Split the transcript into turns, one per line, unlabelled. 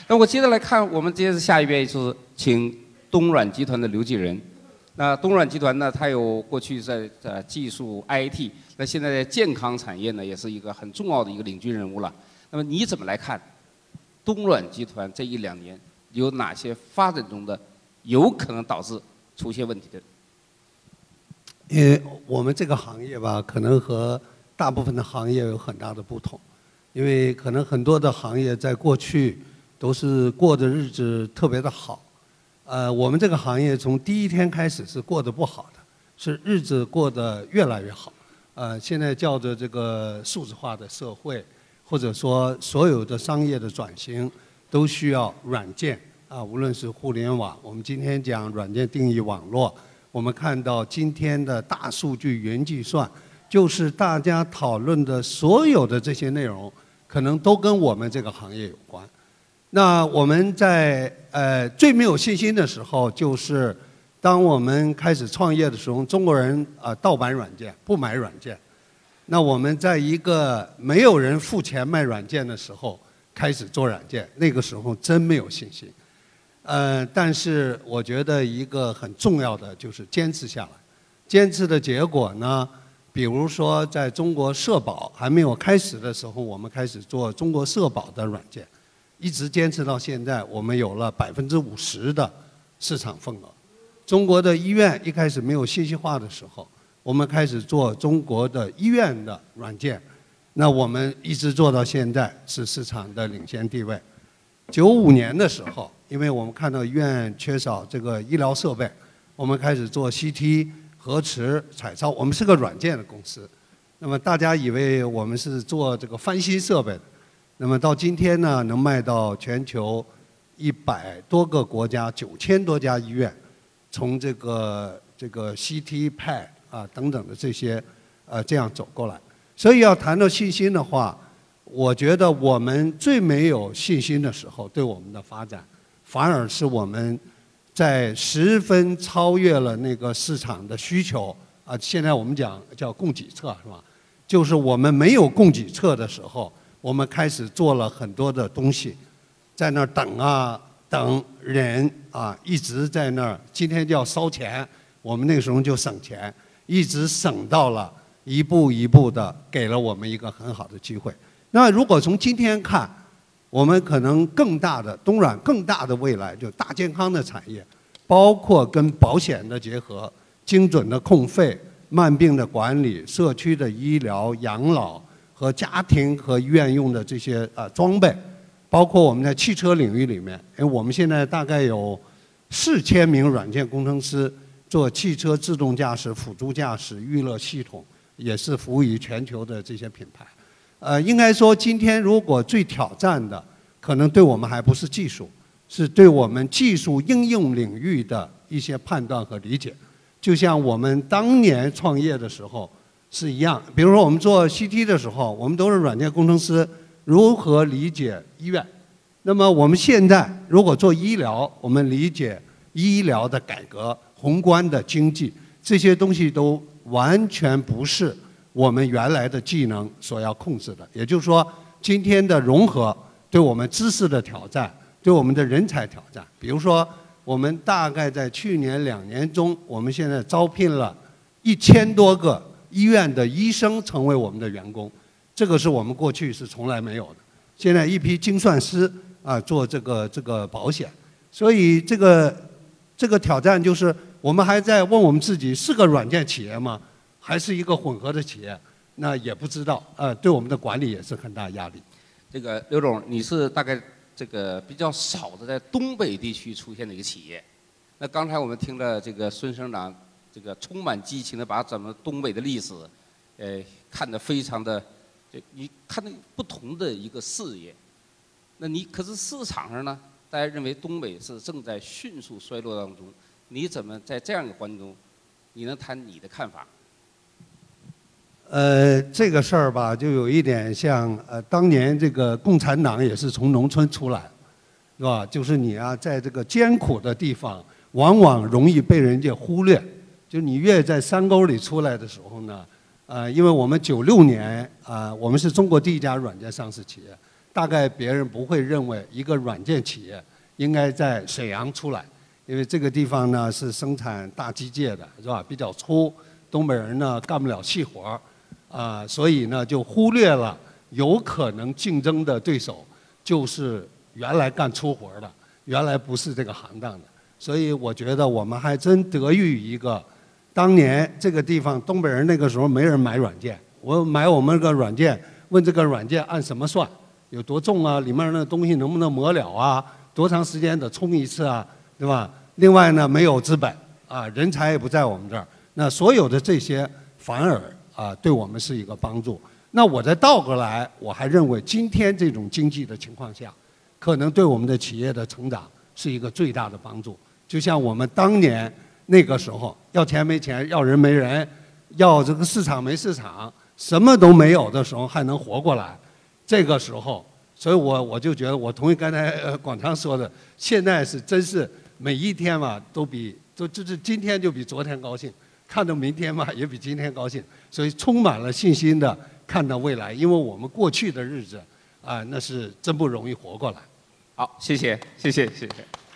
那我接着来看，我们接着下一位是请东软集团的刘继仁。那东软集团呢，它有过去在技术 IT， 那现在在健康产业呢，也是一个很重要的一个领军人物了。那么你怎么来看东软集团这1-2年有哪些发展中的有可能导致出现问题的？
因为我们这个行业吧，可能和大部分的行业有很大的不同，因为可能很多的行业在过去都是过的日子特别的好。我们这个行业从第一天开始是过得不好的，是日子过得越来越好。现在叫做这个数字化的社会，或者说所有的商业的转型都需要软件啊，无论是互联网，我们今天讲软件定义网络，我们看到今天的大数据、云计算，就是大家讨论的所有的这些内容，可能都跟我们这个行业有关。那我们在最没有信心的时候，就是当我们开始创业的时候，中国人盗版软件，不买软件。那我们在一个没有人付钱卖软件的时候开始做软件，那个时候真没有信心。但是我觉得一个很重要的就是坚持下来。坚持的结果呢，比如说在中国社保还没有开始的时候，我们开始做中国社保的软件。一直坚持到现在，我们有了50%的市场份额。中国的医院一开始没有信息化的时候，我们开始做中国的医院的软件，那我们一直做到现在是市场的领先地位。95年的时候，因为我们看到医院缺少这个医疗设备，我们开始做 CT、核磁、彩超，我们是个软件的公司。那么大家以为我们是做这个翻新设备的。那么到今天呢，能卖到全球100多个国家，9000多家医院，从这个 CT、PET 等等的这些这样走过来。所以要谈到信心的话，我觉得我们最没有信心的时候，对我们的发展，反而是我们在十分超越了那个市场的需求现在我们讲叫供给侧是吧？就是我们没有供给侧的时候。我们开始做了很多的东西，在那儿等人一直在那儿。今天叫烧钱，我们那个时候就省钱，一直省到了一步一步的给了我们一个很好的机会。那如果从今天看，我们可能东软更大的未来就大健康的产业，包括跟保险的结合、精准的控费、慢病的管理、社区的医疗、养老。和家庭和医院用的这些装备，包括我们在汽车领域里面，因为我们现在大概有4000名软件工程师做汽车自动驾驶、辅助驾驶、娱乐系统，也是服务于全球的这些品牌。应该说今天如果最挑战的，可能对我们还不是技术，是对我们技术应用领域的一些判断和理解。就像我们当年创业的时候。是一样，比如说我们做 CT 的时候，我们都是软件工程师，如何理解医院？那么我们现在如果做医疗，我们理解医疗的改革、宏观的经济，这些东西都完全不是我们原来的技能所要控制的。也就是说，今天的融合对我们知识的挑战，对我们的人才挑战。比如说，我们大概在去年2年中，我们现在招聘了1000多个。医院的医生成为我们的员工，这个是我们过去是从来没有的。现在一批精算师做这个保险，所以这个挑战就是我们还在问我们自己是个软件企业吗？还是一个混合的企业？那也不知道对我们的管理也是很大压力。
这个刘总，你是大概这个比较少的在东北地区出现的一个企业。那刚才我们听了这个孙省长。这个充满激情的把咱们东北的历史，看得非常的，你看到不同的一个视野。那你可是市场上呢，大家认为东北是正在迅速衰落当中，你怎么在这样一个环境中，你能谈你的看法？
这个事儿吧，就有一点像当年这个共产党也是从农村出来，是吧？就是你在这个艰苦的地方，往往容易被人家忽略。就你越在山沟里出来的时候呢，因为我们96年我们是中国第一家软件上市企业， 大概别人不会认为一个软件企业应该在沈阳出来，因为这个地方呢是生产大机械的，是吧？比较粗，东北人呢干不了细活儿，所以呢就忽略了有可能竞争的对手就是原来干粗活的，原来不是这个行当的。所以我觉得我们还真得益于一个，当年这个地方东北人那个时候没人买软件，我买我们这个软件，问这个软件按什么算，有多重啊，里面那东西能不能磨了啊，多长时间得充一次啊，对吧？另外呢，没有资本啊，人才也不在我们这儿，那所有的这些反而对我们是一个帮助。那我再倒过来，我还认为今天这种经济的情况下，可能对我们的企业的成长是一个最大的帮助。就像我们当年那个时候，要钱没钱，要人没人，要这个市场没市场，什么都没有的时候还能活过来，这个时候，所以我就觉得，我同意刚才广昌说的，现在是真是每一天嘛就是今天就比昨天高兴，看到明天嘛也比今天高兴，所以充满了信心的看到未来，因为我们过去的日子那是真不容易活过来。
好，谢谢。